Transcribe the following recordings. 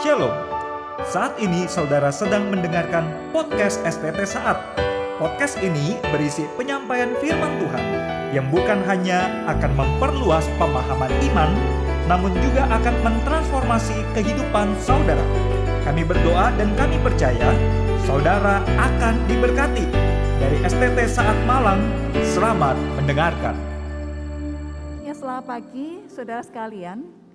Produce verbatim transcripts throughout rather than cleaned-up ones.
Shalom. Saat ini saudara sedang mendengarkan podcast S T T Saat. Podcast ini berisi penyampaian firman Tuhan yang bukan hanya akan memperluas pemahaman iman, namun juga akan mentransformasi kehidupan saudara. Kami berdoa dan kami percaya saudara akan diberkati. Dari S T T Saat Malang, selamat mendengarkan. Ya, selamat pagi saudara sekalian.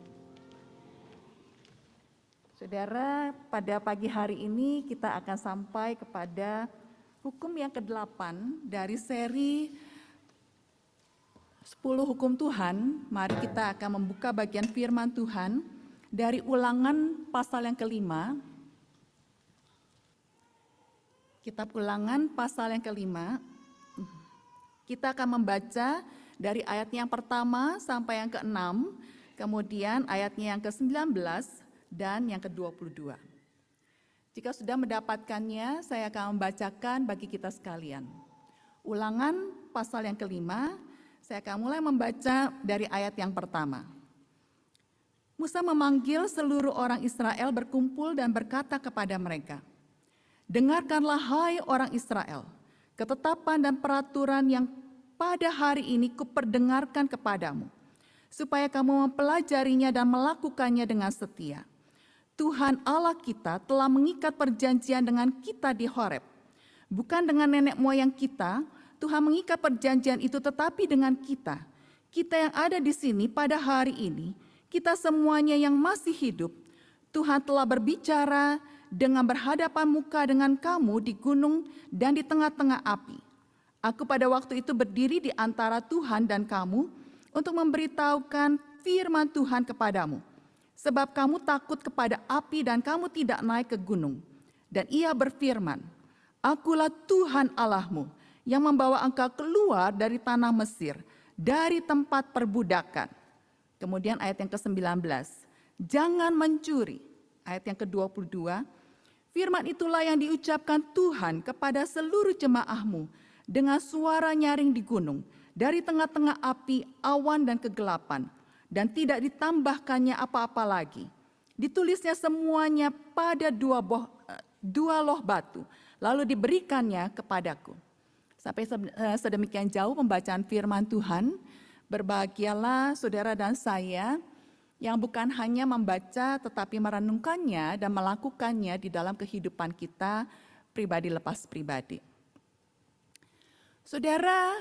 Saudara, pada pagi hari ini kita akan sampai kepada hukum yang kedelapan dari seri sepuluh hukum Tuhan. Mari kita akan membuka bagian firman Tuhan dari Ulangan pasal yang kelima. Kitab Ulangan pasal yang kelima. Kita akan membaca dari ayat yang pertama sampai yang keenam, kemudian ayatnya yang ke sembilan belas dan yang ke dua puluh dua. Jika sudah mendapatkannya, saya akan membacakan bagi kita sekalian. Ulangan pasal yang kelima, saya akan mulai membaca dari ayat yang pertama. Musa memanggil seluruh orang Israel berkumpul dan berkata kepada mereka, "Dengarkanlah hai orang Israel, ketetapan dan peraturan yang pada hari ini kuperdengarkan kepadamu, supaya kamu mempelajarinya dan melakukannya dengan setia. Tuhan Allah kita telah mengikat perjanjian dengan kita di Horeb. Bukan dengan nenek moyang kita, Tuhan mengikat perjanjian itu, tetapi dengan kita. Kita yang ada di sini pada hari ini, kita semuanya yang masih hidup, Tuhan telah berbicara dengan berhadapan muka dengan kamu di gunung dan di tengah-tengah api. Aku pada waktu itu berdiri di antara Tuhan dan kamu untuk memberitahukan firman Tuhan kepadamu. Sebab kamu takut kepada api dan kamu tidak naik ke gunung. Dan ia berfirman, Akulah Tuhan Allahmu yang membawa engkau keluar dari tanah Mesir, dari tempat perbudakan. Kemudian ayat yang ke sembilan belas, jangan mencuri. Ayat yang ke dua puluh dua, firman itulah yang diucapkan Tuhan kepada seluruh jemaahmu dengan suara nyaring di gunung, dari tengah-tengah api, awan dan kegelapan, dan tidak ditambahkannya apa-apa lagi. Ditulisnya semuanya pada dua, boh, dua loh batu, lalu diberikannya kepadaku. Sampai sedemikian jauh pembacaan firman Tuhan. Berbahagialah saudara dan saya yang bukan hanya membaca tetapi merenungkannya dan melakukannya di dalam kehidupan kita pribadi lepas pribadi. Saudara,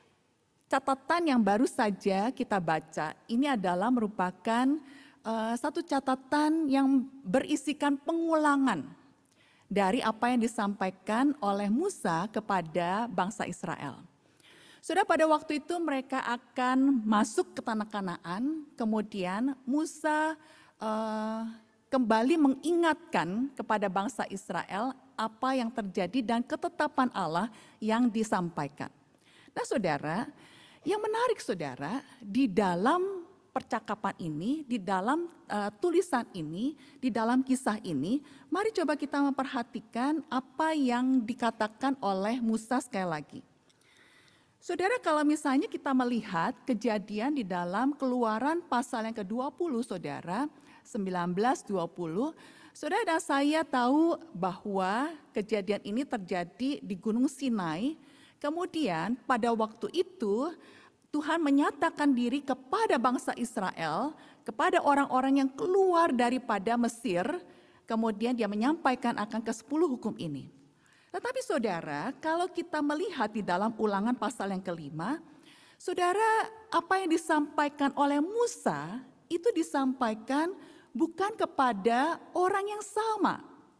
catatan yang baru saja kita baca ini adalah merupakan uh, satu catatan yang berisikan pengulangan dari apa yang disampaikan oleh Musa kepada bangsa Israel. Sudah pada waktu itu mereka akan masuk ke tanah Kanaan, kemudian Musa uh, kembali mengingatkan kepada bangsa Israel apa yang terjadi dan ketetapan Allah yang disampaikan. Nah saudara, yang menarik saudara, di dalam percakapan ini, di dalam uh, tulisan ini, di dalam kisah ini, mari coba kita memperhatikan apa yang dikatakan oleh Musa sekali lagi. Saudara, kalau misalnya kita melihat kejadian di dalam Keluaran pasal yang ke dua puluh saudara, sembilan belas dua puluh, saudara dan saya tahu bahwa kejadian ini terjadi di Gunung Sinai. Kemudian pada waktu itu Tuhan menyatakan diri kepada bangsa Israel, kepada orang-orang yang keluar daripada Mesir, kemudian dia menyampaikan akan kesepuluh hukum ini. Tetapi saudara, kalau kita melihat di dalam Ulangan pasal yang kelima, saudara, apa yang disampaikan oleh Musa itu disampaikan bukan kepada orang yang sama.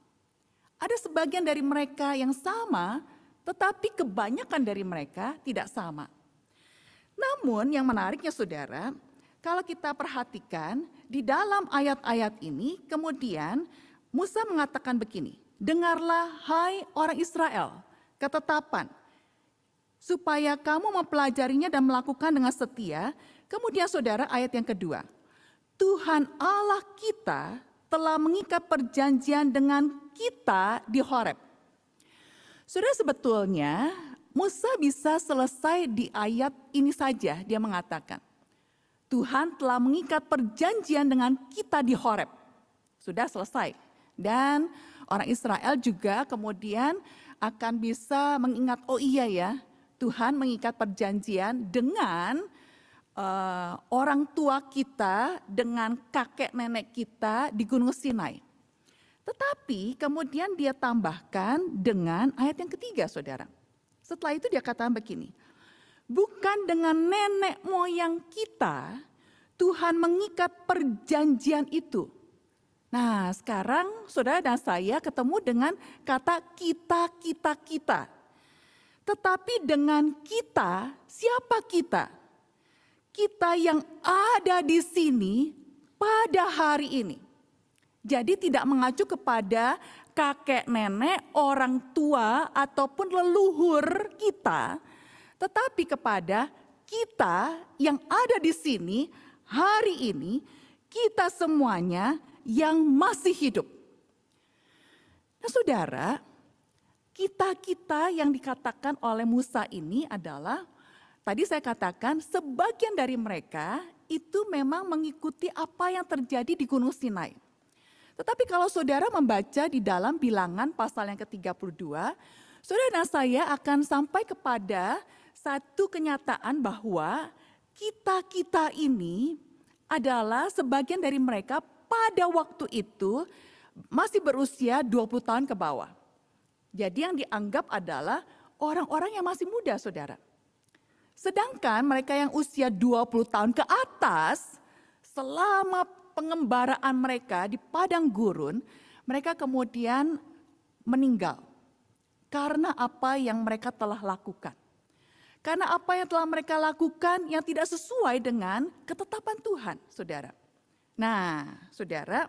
Ada sebagian dari mereka yang sama, tetapi kebanyakan dari mereka tidak sama. Namun yang menariknya saudara, kalau kita perhatikan di dalam ayat-ayat ini, kemudian Musa mengatakan begini, dengarlah hai orang Israel, ketetapan, supaya kamu mempelajarinya dan melakukan dengan setia. Kemudian saudara ayat yang kedua, Tuhan Allah kita telah mengikat perjanjian dengan kita di Horeb. Saudara, sebetulnya Musa bisa selesai di ayat ini saja. Dia mengatakan, Tuhan telah mengikat perjanjian dengan kita di Horeb. Sudah selesai. Dan orang Israel juga kemudian akan bisa mengingat, oh iya ya, Tuhan mengikat perjanjian dengan uh, orang tua kita, dengan kakek nenek kita di Gunung Sinai. Tetapi kemudian dia tambahkan dengan ayat yang ketiga, saudara. Setelah itu dia katakan begini, bukan dengan nenek moyang kita Tuhan mengikat perjanjian itu. Nah, sekarang saudara dan saya ketemu dengan kata kita, kita, kita. Tetapi dengan kita, siapa kita? Kita yang ada di sini pada hari ini. Jadi tidak mengacu kepada kakek nenek, orang tua, ataupun leluhur kita. Tetapi kepada kita yang ada di sini hari ini, kita semuanya yang masih hidup. Nah saudara, kita-kita yang dikatakan oleh Musa ini adalah, tadi saya katakan sebagian dari mereka itu memang mengikuti apa yang terjadi di Gunung Sinai. Tetapi kalau saudara membaca di dalam Bilangan pasal yang ke tiga puluh dua, saudara dan saya akan sampai kepada satu kenyataan bahwa kita-kita ini adalah sebagian dari mereka pada waktu itu masih berusia dua puluh tahun ke bawah. Jadi yang dianggap adalah orang-orang yang masih muda, saudara. Sedangkan mereka yang usia dua puluh tahun ke atas, selama pengembaraan mereka di padang gurun, mereka kemudian meninggal. Karena apa yang mereka telah lakukan. Karena apa yang telah mereka lakukan yang tidak sesuai dengan ketetapan Tuhan, saudara. Nah, saudara,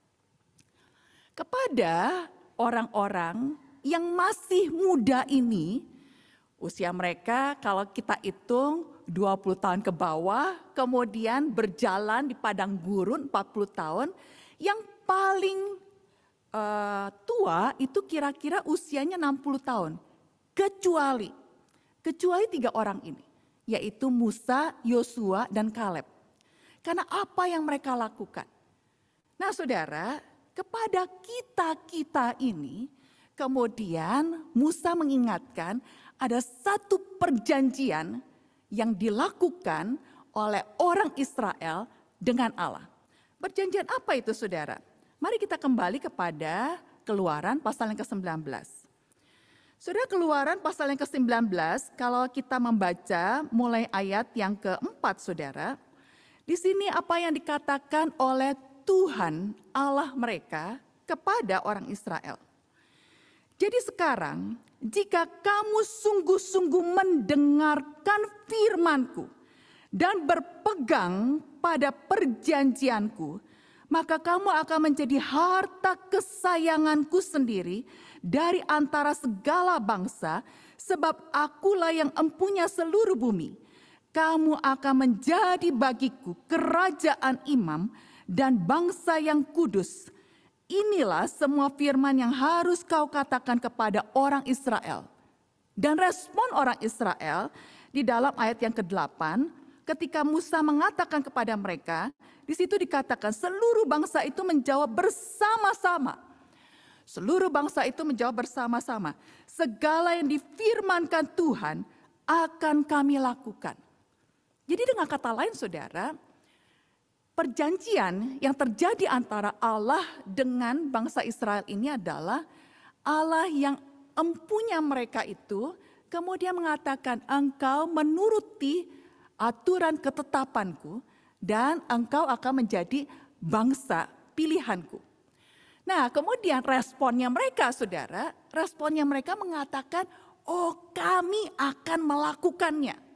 kepada orang-orang yang masih muda ini, usia mereka kalau kita hitung dua puluh tahun ke bawah, kemudian berjalan di padang gurun empat puluh tahun, yang paling uh, tua itu kira-kira usianya enam puluh tahun. Kecuali, kecuali tiga orang ini, yaitu Musa, Yosua, dan Kaleb. Karena apa yang mereka lakukan. Nah saudara, kepada kita-kita ini, kemudian Musa mengingatkan ada satu perjanjian yang dilakukan oleh orang Israel dengan Allah. Perjanjian apa itu saudara? Mari kita kembali kepada Keluaran pasal yang ke sembilan belas. Saudara, Keluaran pasal yang ke sembilan belas, kalau kita membaca mulai ayat yang keempat saudara, di sini apa yang dikatakan oleh Tuhan Allah mereka kepada orang Israel. Jadi sekarang jika kamu sungguh-sungguh mendengarkan firman-Ku dan berpegang pada perjanjian-Ku, maka kamu akan menjadi harta kesayangan-Ku sendiri dari antara segala bangsa, sebab Akulah yang empunya seluruh bumi. Kamu akan menjadi bagiku kerajaan imam dan bangsa yang kudus. Inilah semua firman yang harus kau katakan kepada orang Israel. Dan respon orang Israel di dalam ayat yang kedelapan, ketika Musa mengatakan kepada mereka, di situ dikatakan seluruh bangsa itu menjawab bersama-sama. Seluruh bangsa itu menjawab bersama-sama. Segala yang difirmankan Tuhan akan kami lakukan. Jadi dengan kata lain saudara, perjanjian yang terjadi antara Allah dengan bangsa Israel ini adalah Allah yang empunya mereka itu kemudian mengatakan engkau menuruti aturan ketetapanku dan engkau akan menjadi bangsa pilihanku. Nah kemudian responnya mereka saudara, responnya mereka mengatakan oh kami akan melakukannya.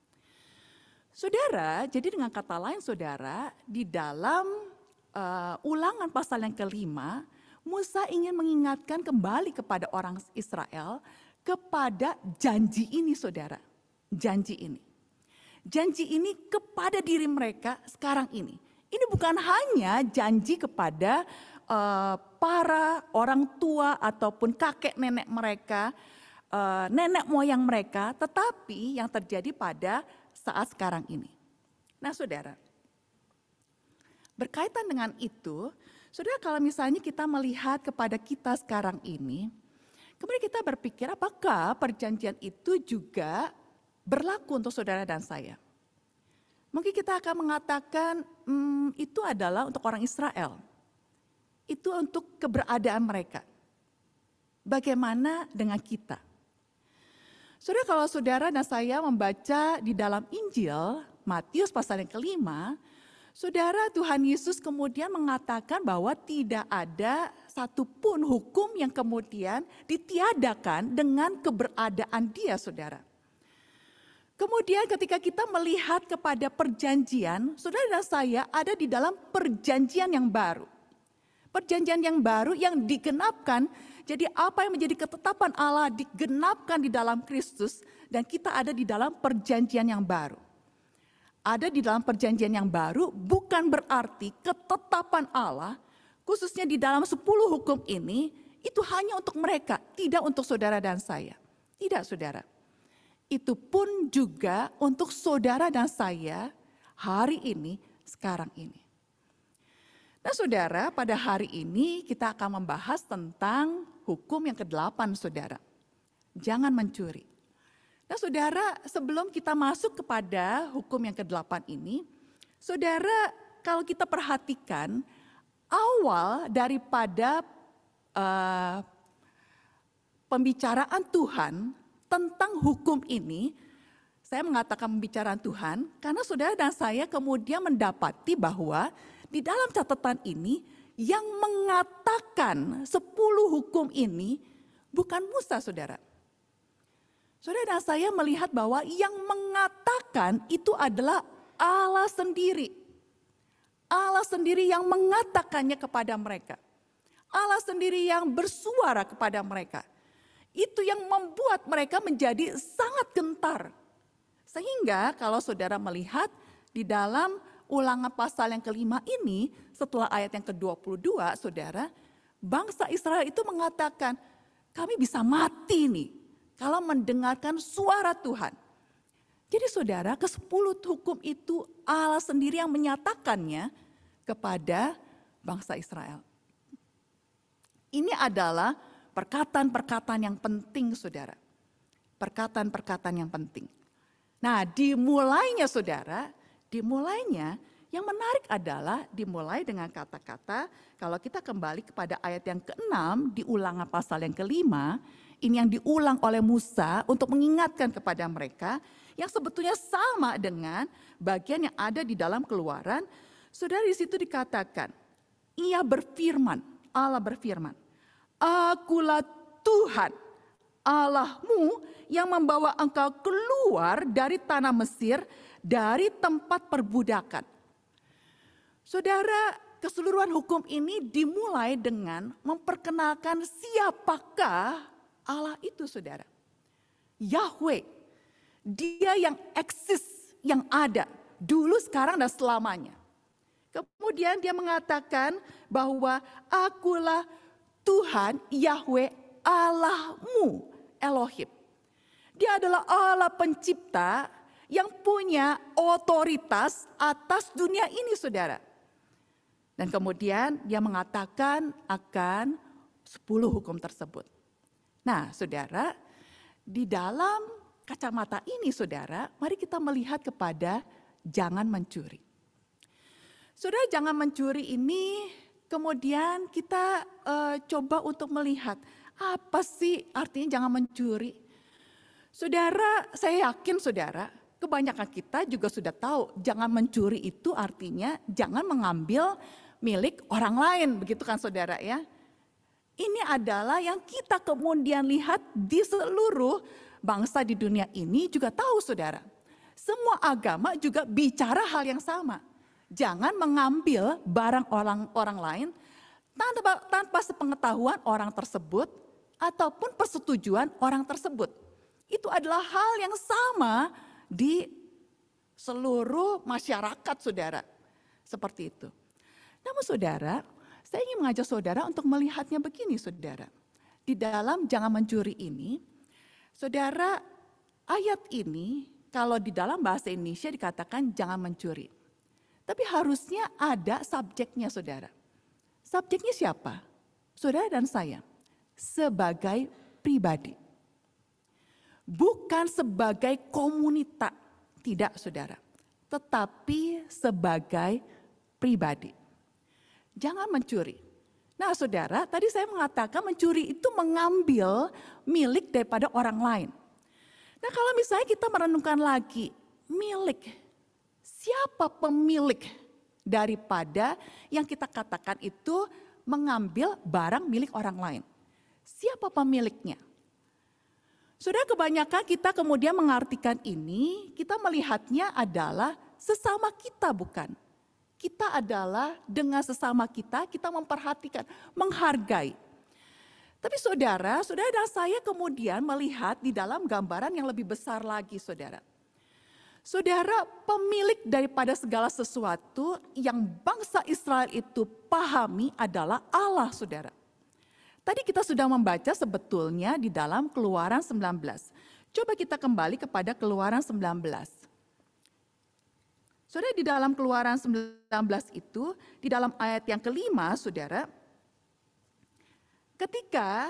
Saudara, jadi dengan kata lain saudara, di dalam uh, ulangan pasal yang kelima, Musa ingin mengingatkan kembali kepada orang Israel kepada janji ini saudara. Janji ini. Janji ini kepada diri mereka sekarang ini. Ini bukan hanya janji kepada uh, para orang tua ataupun kakek nenek mereka, uh, nenek moyang mereka, tetapi yang terjadi pada saat sekarang ini. Nah saudara, berkaitan dengan itu, Saudara, kalau misalnya kita melihat kepada kita sekarang ini, kemudian kita berpikir apakah perjanjian itu juga berlaku untuk saudara dan saya? Mungkin kita akan mengatakan hmm, itu adalah untuk orang Israel. Itu untuk keberadaan mereka. Bagaimana dengan kita? Saudara, kalau saudara dan saya membaca di dalam Injil, Matius pasal yang kelima, saudara, Tuhan Yesus kemudian mengatakan bahwa tidak ada satupun hukum yang kemudian ditiadakan dengan keberadaan Dia, saudara. Kemudian ketika kita melihat kepada perjanjian, saudara dan saya ada di dalam perjanjian yang baru. Perjanjian yang baru yang digenapkan, jadi apa yang menjadi ketetapan Allah digenapkan di dalam Kristus dan kita ada di dalam perjanjian yang baru. Ada di dalam perjanjian yang baru bukan berarti ketetapan Allah, khususnya di dalam sepuluh hukum ini, itu hanya untuk mereka, tidak untuk saudara dan saya. Tidak, saudara. Itu pun juga untuk saudara dan saya hari ini, sekarang ini. Nah saudara, pada hari ini kita akan membahas tentang hukum yang kedelapan, saudara. Jangan mencuri. Nah saudara, sebelum kita masuk kepada hukum yang kedelapan ini, saudara, kalau kita perhatikan awal daripada uh, pembicaraan Tuhan tentang hukum ini, saya mengatakan pembicaraan Tuhan karena saudara dan saya kemudian mendapati bahwa di dalam catatan ini yang mengatakan sepuluh hukum ini bukan Musa, saudara. Saudara dan saya melihat bahwa yang mengatakan itu adalah Allah sendiri. Allah sendiri yang mengatakannya kepada mereka. Allah sendiri yang bersuara kepada mereka. Itu yang membuat mereka menjadi sangat gentar. Sehingga kalau saudara melihat di dalam Ulangan pasal yang kelima ini, setelah ayat yang ke dua puluh dua, saudara, bangsa Israel itu mengatakan, kami bisa mati nih kalau mendengarkan suara Tuhan. Jadi saudara, kesepuluh hukum itu Allah sendiri yang menyatakannya kepada bangsa Israel. Ini adalah perkataan-perkataan yang penting, saudara. Perkataan-perkataan yang penting. Nah, dimulainya saudara, dimulainya yang menarik adalah dimulai dengan kata-kata, kalau kita kembali kepada ayat yang keenam di Ulangan pasal yang kelima, ini yang diulang oleh Musa untuk mengingatkan kepada mereka yang sebetulnya sama dengan bagian yang ada di dalam Keluaran. Saudara, di situ dikatakan, ia berfirman, Allah berfirman, akulah Tuhan Allahmu yang membawa engkau keluar dari tanah Mesir, dari tempat perbudakan. Saudara, keseluruhan hukum ini dimulai dengan memperkenalkan siapakah Allah itu, saudara. Yahweh, Dia yang eksis, yang ada, dulu, sekarang, dan selamanya. Kemudian dia mengatakan bahwa akulah Tuhan Yahweh Allahmu, Elohim. Dia adalah Allah pencipta yang punya otoritas atas dunia ini, saudara. Dan kemudian dia mengatakan akan sepuluh hukum tersebut. Nah, saudara, di dalam kacamata ini, saudara, mari kita melihat kepada jangan mencuri. Saudara, jangan mencuri ini kemudian kita uh, coba untuk melihat apa sih artinya jangan mencuri. Saudara, saya yakin saudara, kebanyakan kita juga sudah tahu jangan mencuri itu artinya jangan mengambil milik orang lain, begitu kan saudara ya. Ini adalah yang kita kemudian lihat di seluruh bangsa di dunia ini juga tahu saudara. Semua agama juga bicara hal yang sama. Jangan mengambil barang orang orang lain tanpa, tanpa sepengetahuan orang tersebut ataupun persetujuan orang tersebut. Itu adalah hal yang sama di seluruh masyarakat saudara. Seperti itu. Namun saudara, saya ingin mengajak saudara untuk melihatnya begini saudara. Di dalam jangan mencuri ini, saudara, ayat ini kalau di dalam bahasa Indonesia dikatakan jangan mencuri. Tapi harusnya ada subjeknya saudara. Subjeknya siapa? Saudara dan saya. Sebagai pribadi. Bukan sebagai komunitas. Tidak, saudara. Tetapi sebagai pribadi. Jangan mencuri. Nah, saudara, tadi saya mengatakan mencuri itu mengambil milik daripada orang lain. Nah, kalau misalnya kita merenungkan lagi, milik. Siapa pemilik daripada yang kita katakan itu mengambil barang milik orang lain? Siapa pemiliknya? Sudah kebanyakan kita kemudian mengartikan ini, kita melihatnya adalah sesama kita, bukan? Kita adalah dengan sesama kita, kita memperhatikan, menghargai. Tapi saudara, saudara dan saya kemudian melihat di dalam gambaran yang lebih besar lagi, saudara. Saudara, pemilik daripada segala sesuatu yang bangsa Israel itu pahami adalah Allah, saudara. Tadi kita sudah membaca sebetulnya di dalam Keluaran sembilan belas. Coba kita kembali kepada Keluaran sembilan belas. Saudara, di dalam Keluaran sembilan belas itu, di dalam ayat yang kelima, saudara, ketika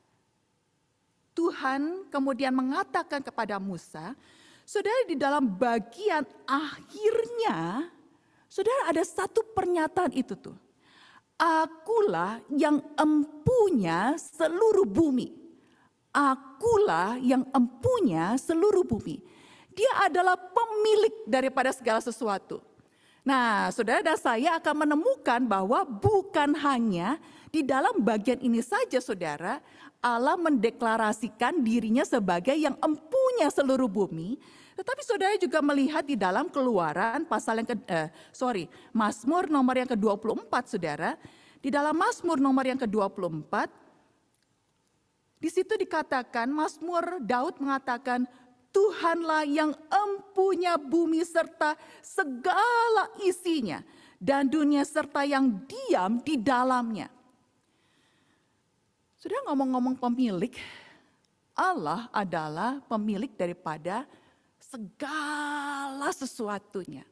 Tuhan kemudian mengatakan kepada Musa, saudara, di dalam bagian akhirnya, saudara, ada satu pernyataan itu tuh. Akulah yang empunya seluruh bumi. Akulah yang empunya seluruh bumi. Dia adalah pemilik daripada segala sesuatu. Nah, saudara dan saya akan menemukan bahwa bukan hanya di dalam bagian ini saja, saudara, Allah mendeklarasikan dirinya sebagai yang empunya seluruh bumi. Tetapi saudara juga melihat di dalam Keluaran pasal yang ke, eh, sorry, Mazmur nomor yang ke dua puluh empat, saudara. Di dalam Mazmur nomor yang ke dua puluh empat, di situ dikatakan, Mazmur Daud mengatakan, Tuhanlah yang empunya bumi serta segala isinya, dan dunia serta yang diam di dalamnya. Sudah ngomong-ngomong pemilik, Allah adalah pemilik daripada segala sesuatunya.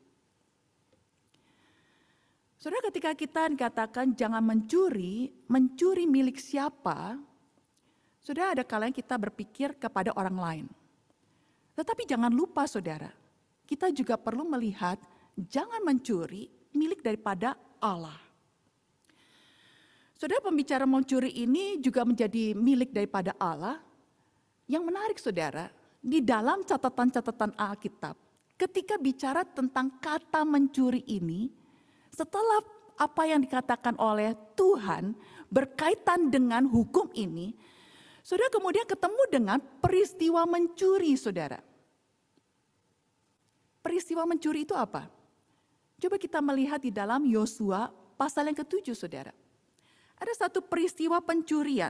Saudara, ketika kita dikatakan jangan mencuri, mencuri milik siapa? Saudara, ada kalanya kita berpikir kepada orang lain. Tetapi jangan lupa, saudara, kita juga perlu melihat jangan mencuri milik daripada Allah. Saudara, pembicara mencuri ini juga menjadi milik daripada Allah. Yang menarik, saudara, di dalam catatan-catatan Alkitab, ketika bicara tentang kata mencuri ini, setelah apa yang dikatakan oleh Tuhan berkaitan dengan hukum ini, saudara kemudian ketemu dengan peristiwa mencuri, saudara. Peristiwa mencuri itu apa? Coba kita melihat di dalam Yosua pasal yang ketujuh, saudara. Ada satu peristiwa pencurian.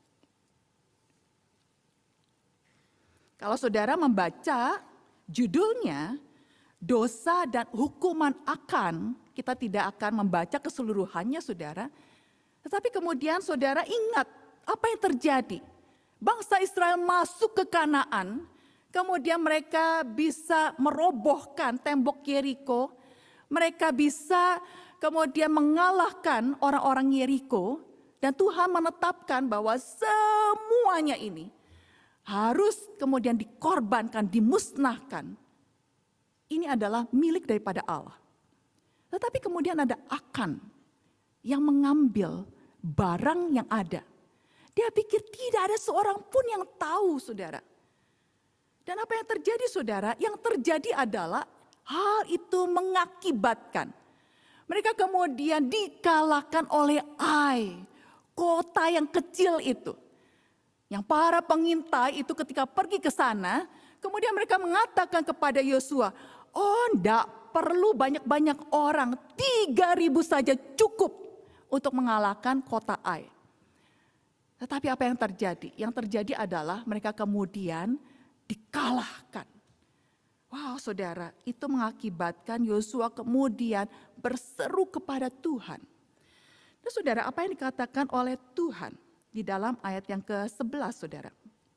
Kalau saudara membaca judulnya, dosa dan hukuman akan, kita tidak akan membaca keseluruhannya, saudara. Tetapi kemudian saudara ingat apa yang terjadi. Bangsa Israel masuk ke Kanaan, kemudian mereka bisa merobohkan tembok Yeriko, mereka bisa kemudian mengalahkan orang-orang Yeriko, dan Tuhan menetapkan bahwa semuanya ini harus kemudian dikorbankan, dimusnahkan. Ini adalah milik daripada Allah. Tetapi kemudian ada Akan yang mengambil barang yang ada. Dia pikir tidak ada seorang pun yang tahu, saudara. Dan apa yang terjadi, saudara? Yang terjadi adalah hal itu mengakibatkan mereka kemudian dikalahkan oleh Ai, kota yang kecil itu. Yang para pengintai itu ketika pergi ke sana, kemudian mereka mengatakan kepada Yosua, oh enggak perlu banyak-banyak orang, tiga ribu saja cukup untuk mengalahkan kota Ai. Tetapi apa yang terjadi? Yang terjadi adalah mereka kemudian dikalahkan. Wow, saudara, itu mengakibatkan Yosua kemudian berseru kepada Tuhan. Dan saudara, apa yang dikatakan oleh Tuhan di dalam ayat yang ke sebelas, saudara?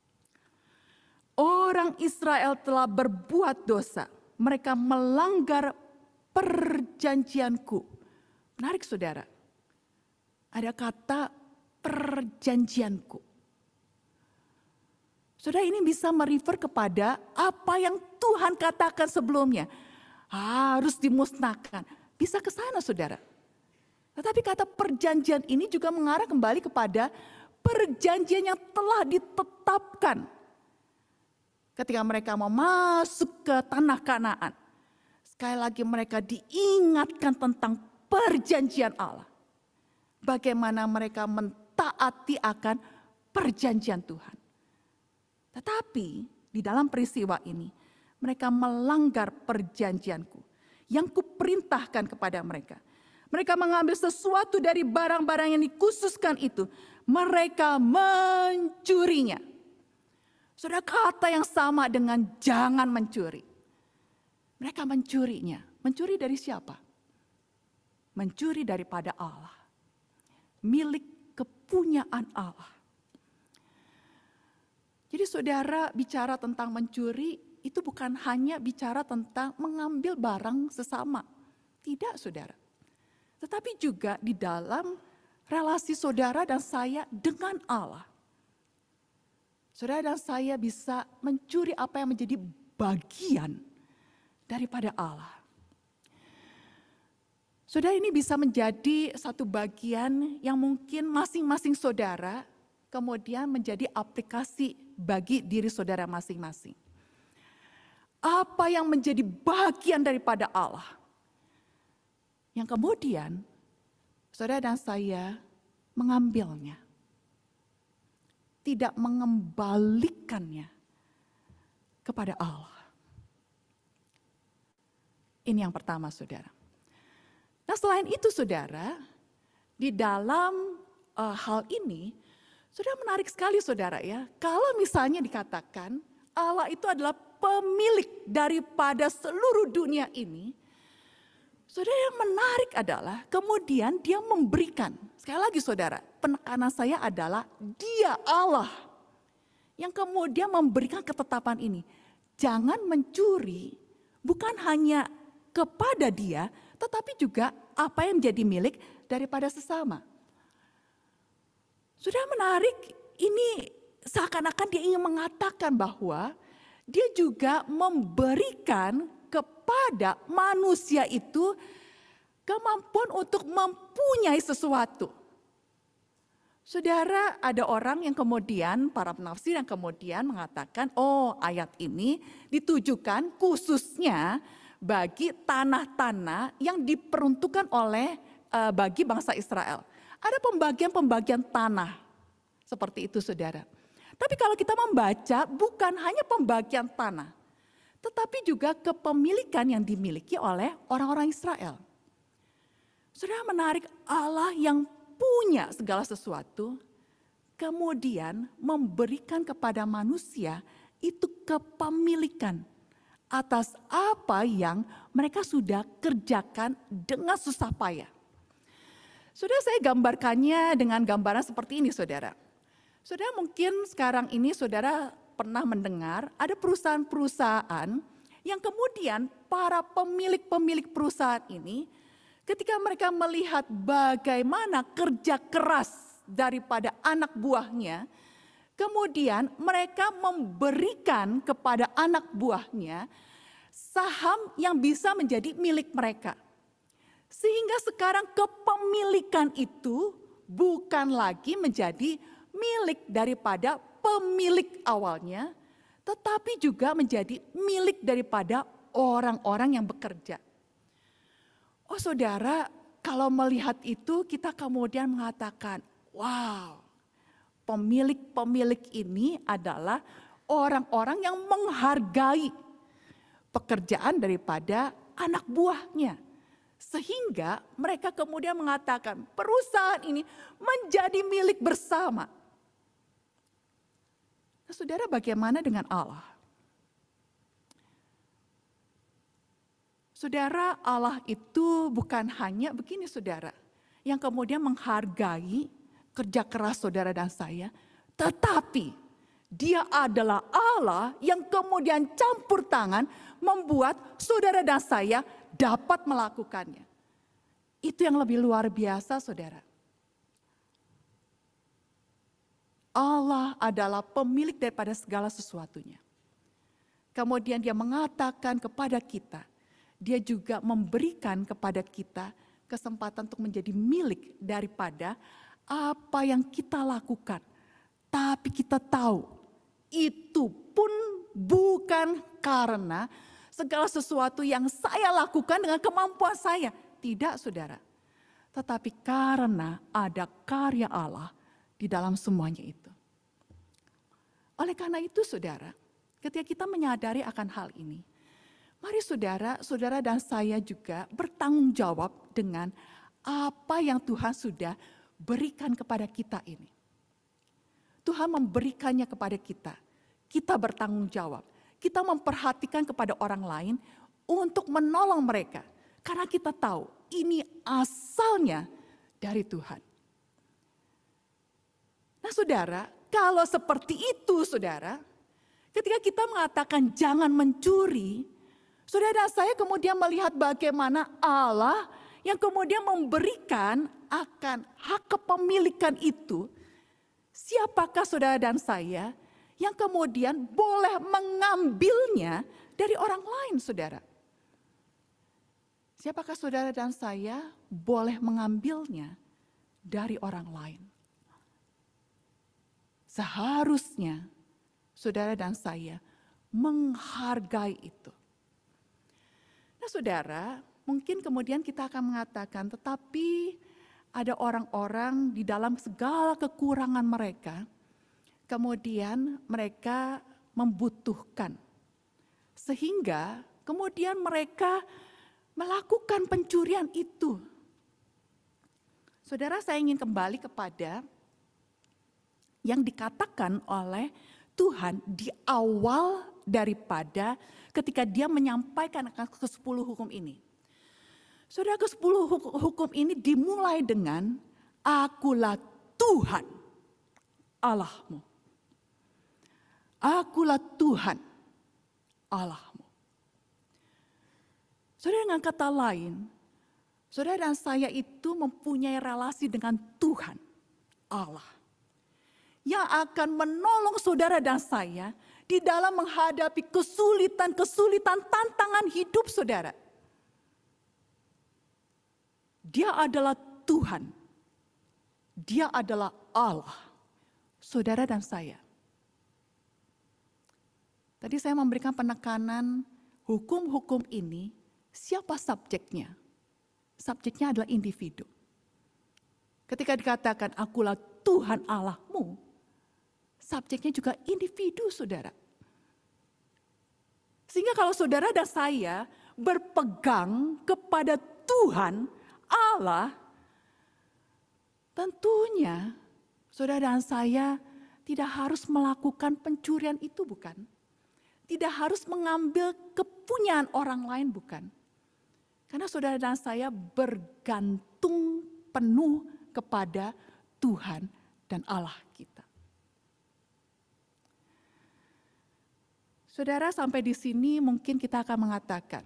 Orang Israel telah berbuat dosa. Mereka melanggar perjanjianku. Menarik, saudara. ada kata perjanjianku. Saudara, ini bisa merefer kepada apa yang Tuhan katakan sebelumnya. Harus dimusnahkan. Bisa ke sana, saudara. Tetapi kata perjanjian ini juga mengarah kembali kepada perjanjian yang telah ditetapkan. Ketika mereka mau masuk ke tanah Kanaan. Sekali lagi mereka diingatkan tentang perjanjian Allah. Bagaimana mereka mentaati akan perjanjian Tuhan. Tetapi di dalam peristiwa ini mereka melanggar perjanjianku yang kuperintahkan kepada mereka. Mereka mengambil sesuatu dari barang-barang yang dikhususkan itu. Mereka mencurinya. Saudara, kata yang sama dengan jangan mencuri. Mereka mencurinya. Mencuri dari siapa? Mencuri daripada Allah. Milik kepunyaan Allah. Jadi saudara bicara tentang mencuri itu bukan hanya bicara tentang mengambil barang sesama. Tidak, saudara. Tetapi juga di dalam relasi saudara dan saya dengan Allah. Saudara dan saya bisa mencuri apa yang menjadi bagian daripada Allah. Saudara, ini bisa menjadi satu bagian yang mungkin masing-masing saudara kemudian menjadi aplikasi bagi diri saudara masing-masing. Apa yang menjadi bagian daripada Allah. Yang kemudian saudara dan saya mengambilnya. Tidak mengembalikannya kepada Allah. Ini yang pertama, saudara. Nah, selain itu, saudara, di dalam uh, hal ini, saudara, menarik sekali, saudara, ya. Kalau misalnya dikatakan Allah itu adalah pemilik daripada seluruh dunia ini, saudara, yang menarik adalah kemudian dia memberikan. Sekali lagi, saudara, penekanan saya adalah dia Allah yang kemudian memberikan ketetapan ini. Jangan mencuri, bukan hanya kepada dia, tetapi juga apa yang menjadi milik daripada sesama. Sudah menarik, ini seakan-akan dia ingin mengatakan bahwa dia juga memberikan kepada manusia itu kemampuan untuk mempunyai sesuatu. Saudara, ada orang yang kemudian, para penafsir yang kemudian mengatakan, oh ayat ini ditujukan khususnya bagi tanah-tanah yang diperuntukkan oleh uh, bagi bangsa Israel. Ada pembagian-pembagian tanah seperti itu, saudara. Tapi kalau kita membaca bukan hanya pembagian tanah, tetapi juga kepemilikan yang dimiliki oleh orang-orang Israel. Saudara, menarik, Allah yang punya segala sesuatu, kemudian memberikan kepada manusia itu kepemilikan atas apa yang mereka sudah kerjakan dengan susah payah. Saudara, saya gambarkannya dengan gambaran seperti ini, saudara. Saudara, mungkin sekarang ini saudara pernah mendengar ada perusahaan-perusahaan yang kemudian para pemilik-pemilik perusahaan ini ketika mereka melihat bagaimana kerja keras daripada anak buahnya, kemudian mereka memberikan kepada anak buahnya saham yang bisa menjadi milik mereka. Sehingga sekarang kepemilikan itu bukan lagi menjadi milik daripada pemilik awalnya, tetapi juga menjadi milik daripada orang-orang yang bekerja. Oh saudara, kalau melihat itu kita kemudian mengatakan, wow, pemilik-pemilik ini adalah orang-orang yang menghargai pekerjaan daripada anak buahnya. Sehingga mereka kemudian mengatakan perusahaan ini menjadi milik bersama. Nah, saudara, bagaimana dengan Allah? Saudara, Allah itu bukan hanya begini, saudara, yang kemudian menghargai kerja keras saudara dan saya, tetapi dia adalah Allah yang kemudian campur tangan membuat saudara dan saya dapat melakukannya. Itu yang lebih luar biasa, saudara. Allah adalah pemilik daripada segala sesuatunya. Kemudian dia mengatakan kepada kita, dia juga memberikan kepada kita kesempatan untuk menjadi milik daripada apa yang kita lakukan. Tapi kita tahu itu pun bukan karena segala sesuatu yang saya lakukan dengan kemampuan saya. Tidak, saudara. Tetapi karena ada karya Allah di dalam semuanya itu. Oleh karena itu, saudara, ketika kita menyadari akan hal ini, mari saudara, saudara dan saya juga bertanggung jawab dengan apa yang Tuhan sudah berikan kepada kita ini. Tuhan memberikannya kepada kita. Kita bertanggung jawab. Kita memperhatikan kepada orang lain untuk menolong mereka. Karena kita tahu ini asalnya dari Tuhan. Nah saudara, kalau seperti itu saudara, ketika kita mengatakan jangan mencuri, saudara dan saya kemudian melihat bagaimana Allah yang kemudian memberikan akan hak kepemilikan itu. Siapakah saudara dan saya yang kemudian boleh mengambilnya dari orang lain, saudara? Siapakah saudara dan saya boleh mengambilnya dari orang lain? Seharusnya saudara dan saya menghargai itu. Nah saudara, mungkin kemudian kita akan mengatakan, tetapi ada orang-orang di dalam segala kekurangan mereka, kemudian mereka membutuhkan. Sehingga kemudian mereka melakukan pencurian itu. Saudara, saya ingin kembali kepada yang dikatakan oleh Tuhan di awal daripada ketika dia menyampaikan akan ke sepuluh hukum ini. Saudara, ke sepuluh hukum ini dimulai dengan akulah Tuhan Allahmu. Akulah Tuhan Allahmu. Saudara, dengan kata lain, saudara dan saya itu mempunyai relasi dengan Tuhan Allah. Yang akan menolong saudara dan saya di dalam menghadapi kesulitan-kesulitan tantangan hidup saudara. Dia adalah Tuhan. Dia adalah Allah. Saudara dan saya. Tadi saya memberikan penekanan hukum-hukum ini, siapa subjeknya? Subjeknya adalah individu. Ketika dikatakan akulah Tuhan Allahmu, subjeknya juga individu saudara. Sehingga kalau saudara dan saya berpegang kepada Tuhan Allah, tentunya saudara dan saya tidak harus melakukan pencurian itu, bukan? Tidak harus mengambil kepunyaan orang lain, bukan? Karena saudara dan saya bergantung penuh kepada Tuhan dan Allah kita. Saudara, sampai di sini mungkin kita akan mengatakan,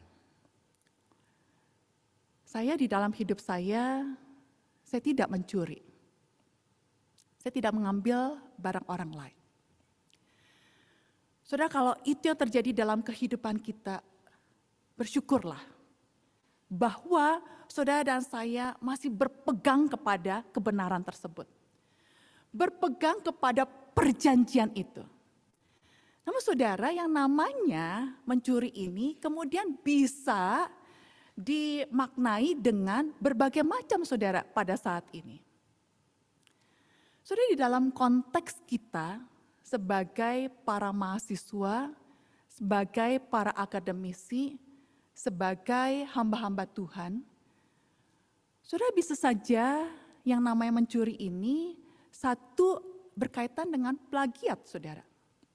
saya di dalam hidup saya, saya tidak mencuri. Saya tidak mengambil barang orang lain. Saudara, kalau itu yang terjadi dalam kehidupan kita, bersyukurlah bahwa saudara dan saya masih berpegang kepada kebenaran tersebut. Berpegang kepada perjanjian itu. Namun saudara, yang namanya mencuri ini kemudian bisa dimaknai dengan berbagai macam saudara pada saat ini. Saudara, di dalam konteks kita sebagai para mahasiswa, sebagai para akademisi, sebagai hamba-hamba Tuhan, saudara bisa saja yang namanya mencuri ini satu berkaitan dengan plagiat saudara.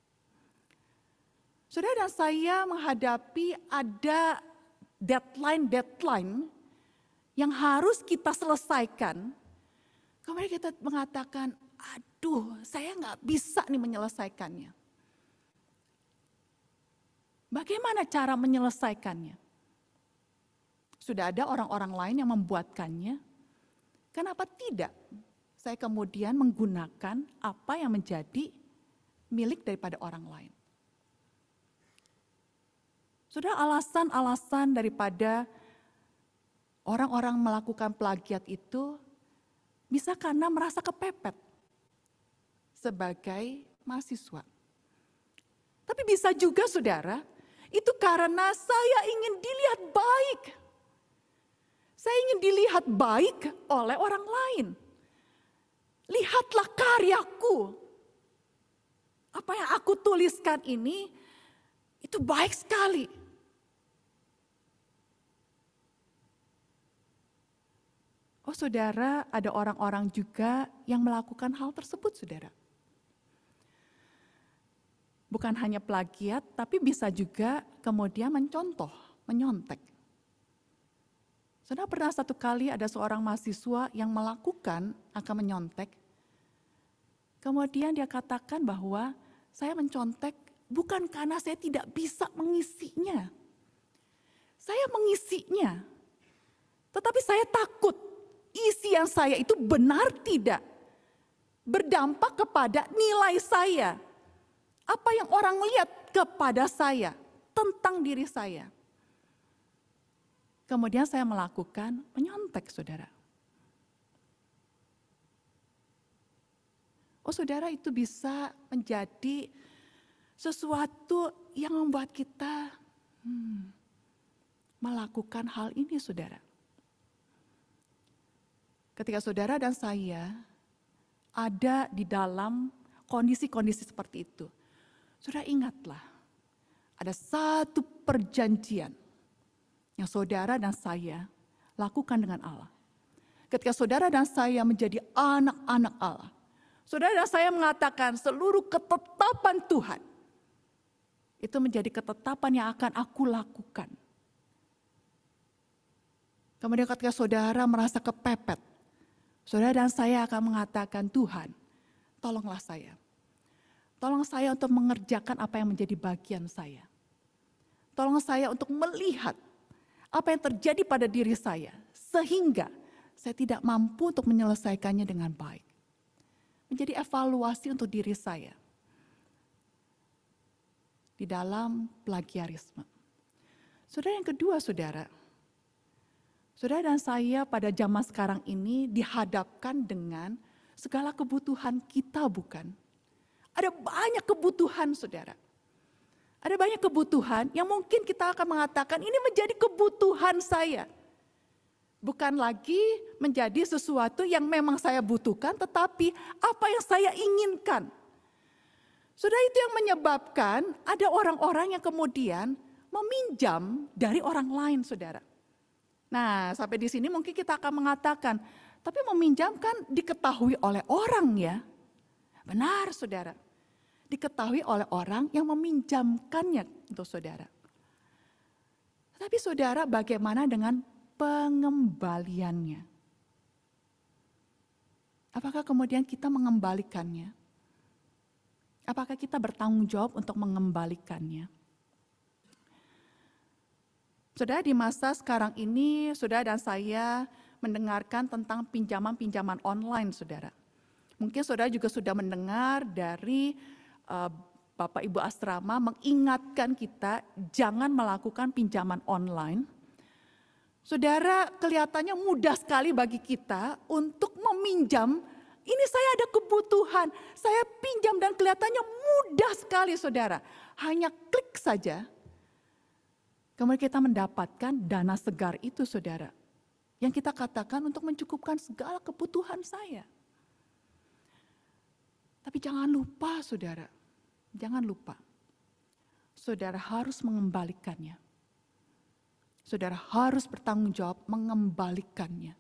Saudara dan saya menghadapi ada deadline-deadline yang harus kita selesaikan. Kemudian kita mengatakan, aduh saya nggak bisa nih menyelesaikannya. Bagaimana cara menyelesaikannya? Sudah ada orang-orang lain yang membuatkannya. Kenapa tidak saya kemudian menggunakan apa yang menjadi milik daripada orang lain. Sudah alasan-alasan daripada orang-orang melakukan plagiat itu bisa karena merasa kepepet sebagai mahasiswa. Tapi bisa juga saudara, itu karena saya ingin dilihat baik. Saya ingin dilihat baik oleh orang lain. Lihatlah karyaku. Apa yang aku tuliskan ini, itu baik sekali. Oh saudara, ada orang-orang juga yang melakukan hal tersebut saudara. Bukan hanya plagiat, tapi bisa juga kemudian mencontoh, menyontek. Saudara pernah satu kali ada seorang mahasiswa yang melakukan akan menyontek. Kemudian dia katakan bahwa saya mencontek bukan karena saya tidak bisa mengisinya. Saya mengisinya, tetapi saya takut isi yang saya itu benar tidak berdampak kepada nilai saya. Apa yang orang lihat kepada saya tentang diri saya. Kemudian saya melakukan menyontek saudara. Oh saudara, itu bisa menjadi sesuatu yang membuat kita hmm, melakukan hal ini saudara. Ketika saudara dan saya ada di dalam kondisi-kondisi seperti itu, saudara ingatlah ada satu perjanjian yang saudara dan saya lakukan dengan Allah. Ketika saudara dan saya menjadi anak-anak Allah, saudara dan saya mengatakan seluruh ketetapan Tuhan, itu menjadi ketetapan yang akan aku lakukan. Kemudian ketika saudara merasa kepepet, saudara dan saya akan mengatakan, Tuhan, tolonglah saya. Tolong saya untuk mengerjakan apa yang menjadi bagian saya. Tolong saya untuk melihat apa yang terjadi pada diri saya, sehingga saya tidak mampu untuk menyelesaikannya dengan baik. Menjadi evaluasi untuk diri saya di dalam plagiarisme. Saudara, yang kedua saudara, saudara dan saya pada zaman sekarang ini dihadapkan dengan segala kebutuhan kita bukan? Ada banyak kebutuhan saudara. Ada banyak kebutuhan yang mungkin kita akan mengatakan ini menjadi kebutuhan saya. Bukan lagi menjadi sesuatu yang memang saya butuhkan, tetapi apa yang saya inginkan. Saudara, itu yang menyebabkan ada orang-orang yang kemudian meminjam dari orang lain saudara. Nah sampai di sini mungkin kita akan mengatakan, tapi meminjam kan diketahui oleh orang ya. Benar saudara, diketahui oleh orang yang meminjamkannya untuk saudara. Tapi saudara, bagaimana dengan pengembaliannya? Apakah kemudian kita mengembalikannya? Apakah kita bertanggung jawab untuk mengembalikannya? Saudara, di masa sekarang ini, saudara dan saya mendengarkan tentang pinjaman-pinjaman online saudara. Mungkin saudara juga sudah mendengar dari uh, Bapak Ibu Asrama mengingatkan kita jangan melakukan pinjaman online. Saudara, kelihatannya mudah sekali bagi kita untuk meminjam. Ini saya ada kebutuhan, saya pinjam dan kelihatannya mudah sekali saudara. Hanya klik saja, kemudian kita mendapatkan dana segar itu saudara. Yang kita katakan untuk mencukupkan segala kebutuhan saya. Tapi jangan lupa saudara, jangan lupa. Saudara harus mengembalikannya. Saudara harus bertanggung jawab mengembalikannya.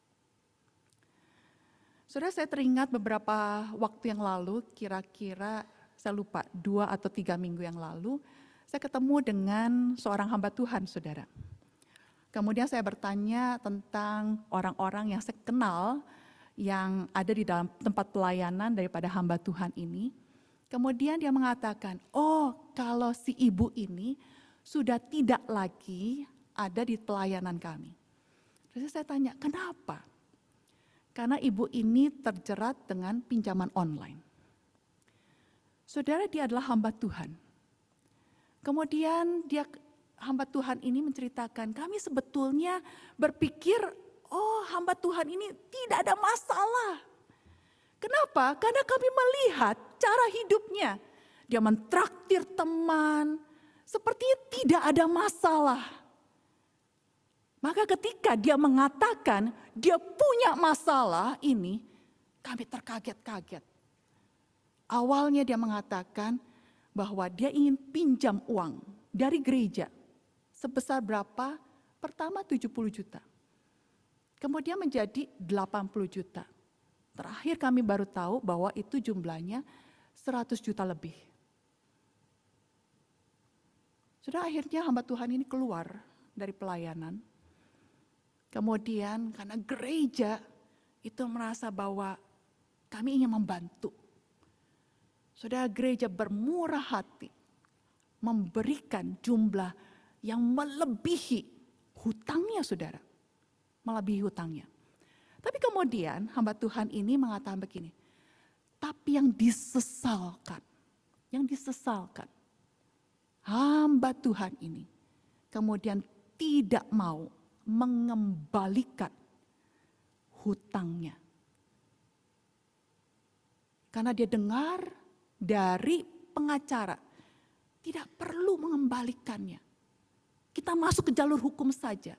Saudara, saya teringat beberapa waktu yang lalu, kira-kira saya lupa dua atau tiga minggu yang lalu, saya ketemu dengan seorang hamba Tuhan saudara. Kemudian saya bertanya tentang orang-orang yang saya kenal, yang ada di dalam tempat pelayanan daripada hamba Tuhan ini. Kemudian dia mengatakan, oh kalau si ibu ini sudah tidak lagi ada di pelayanan kami. Terus saya tanya, kenapa? Karena ibu ini terjerat dengan pinjaman online. Saudara, dia adalah hamba Tuhan. Kemudian dia hamba Tuhan ini menceritakan, kami sebetulnya berpikir, oh hamba Tuhan ini tidak ada masalah. Kenapa? Karena kami melihat cara hidupnya. Dia mentraktir teman, sepertinya tidak ada masalah. Maka ketika dia mengatakan dia punya masalah ini, kami terkaget-kaget. Awalnya dia mengatakan bahwa dia ingin pinjam uang dari gereja. Sebesar berapa? Pertama tujuh puluh juta. Kemudian menjadi delapan puluh juta. Terakhir kami baru tahu bahwa itu jumlahnya seratus juta lebih. Sudah akhirnya hamba Tuhan ini keluar dari pelayanan. Kemudian karena gereja itu merasa bahwa kami ingin membantu. Saudara, gereja bermurah hati memberikan jumlah yang melebihi hutangnya, saudara. Melebihi hutangnya. Tapi kemudian hamba Tuhan ini mengatakan begini, tapi yang disesalkan, yang disesalkan, hamba Tuhan ini kemudian tidak mau mengembalikan hutangnya. Karena dia dengar dari pengacara, tidak perlu mengembalikannya. Kita masuk ke jalur hukum saja.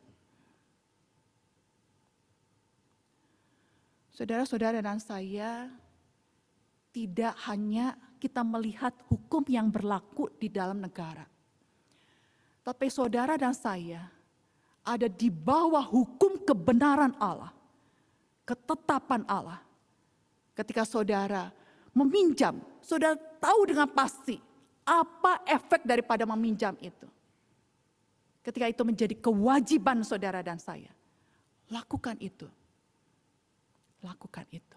Saudara-saudara dan saya, tidak hanya kita melihat hukum yang berlaku di dalam negara. Tapi saudara dan saya ada di bawah hukum kebenaran Allah, ketetapan Allah. Ketika saudara meminjam, saudara tahu dengan pasti apa efek daripada meminjam itu. Ketika itu menjadi kewajiban saudara dan saya, lakukan itu. Lakukan itu.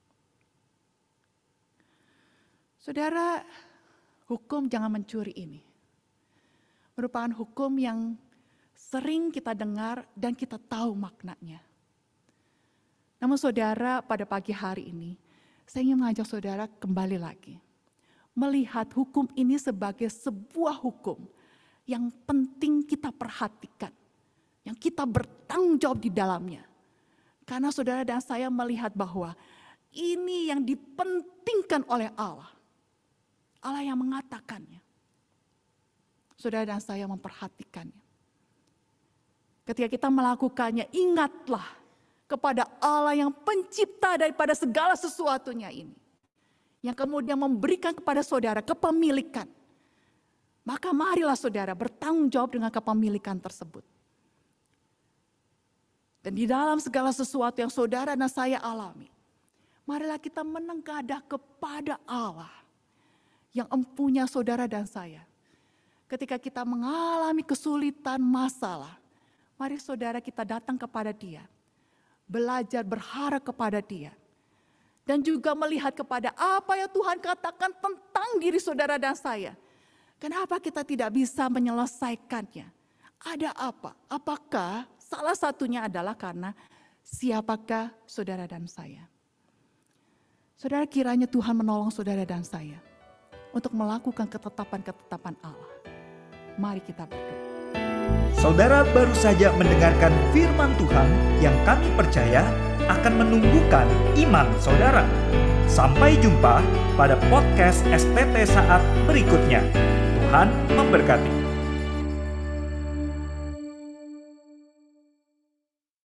Saudara, hukum jangan mencuri ini merupakan hukum yang sering kita dengar dan kita tahu maknanya. Namun saudara, pada pagi hari ini, saya ingin mengajak saudara kembali lagi. Melihat hukum ini sebagai sebuah hukum yang penting kita perhatikan. Yang kita bertanggung jawab di dalamnya. Karena saudara dan saya melihat bahwa ini yang dipentingkan oleh Allah. Allah yang mengatakannya. Saudara dan saya memperhatikannya. Ketika kita melakukannya, ingatlah kepada Allah yang pencipta daripada segala sesuatunya ini. Yang kemudian memberikan kepada saudara kepemilikan. Maka marilah saudara bertanggung jawab dengan kepemilikan tersebut. Dan di dalam segala sesuatu yang saudara dan saya alami, marilah kita menengadah kepada Allah yang empunya saudara dan saya. Ketika kita mengalami kesulitan masalah, mari saudara kita datang kepada Dia. Belajar berharap kepada Dia. Dan juga melihat kepada apa yang Tuhan katakan tentang diri saudara dan saya. Kenapa kita tidak bisa menyelesaikannya? Ada apa? Apakah salah satunya adalah karena siapakah saudara dan saya? Saudara, kiranya Tuhan menolong saudara dan saya untuk melakukan ketetapan-ketetapan Allah. Mari kita berdoa. Saudara baru saja mendengarkan firman Tuhan yang kami percaya akan menumbuhkan iman saudara. Sampai jumpa pada podcast S T T Saat berikutnya. Tuhan memberkati.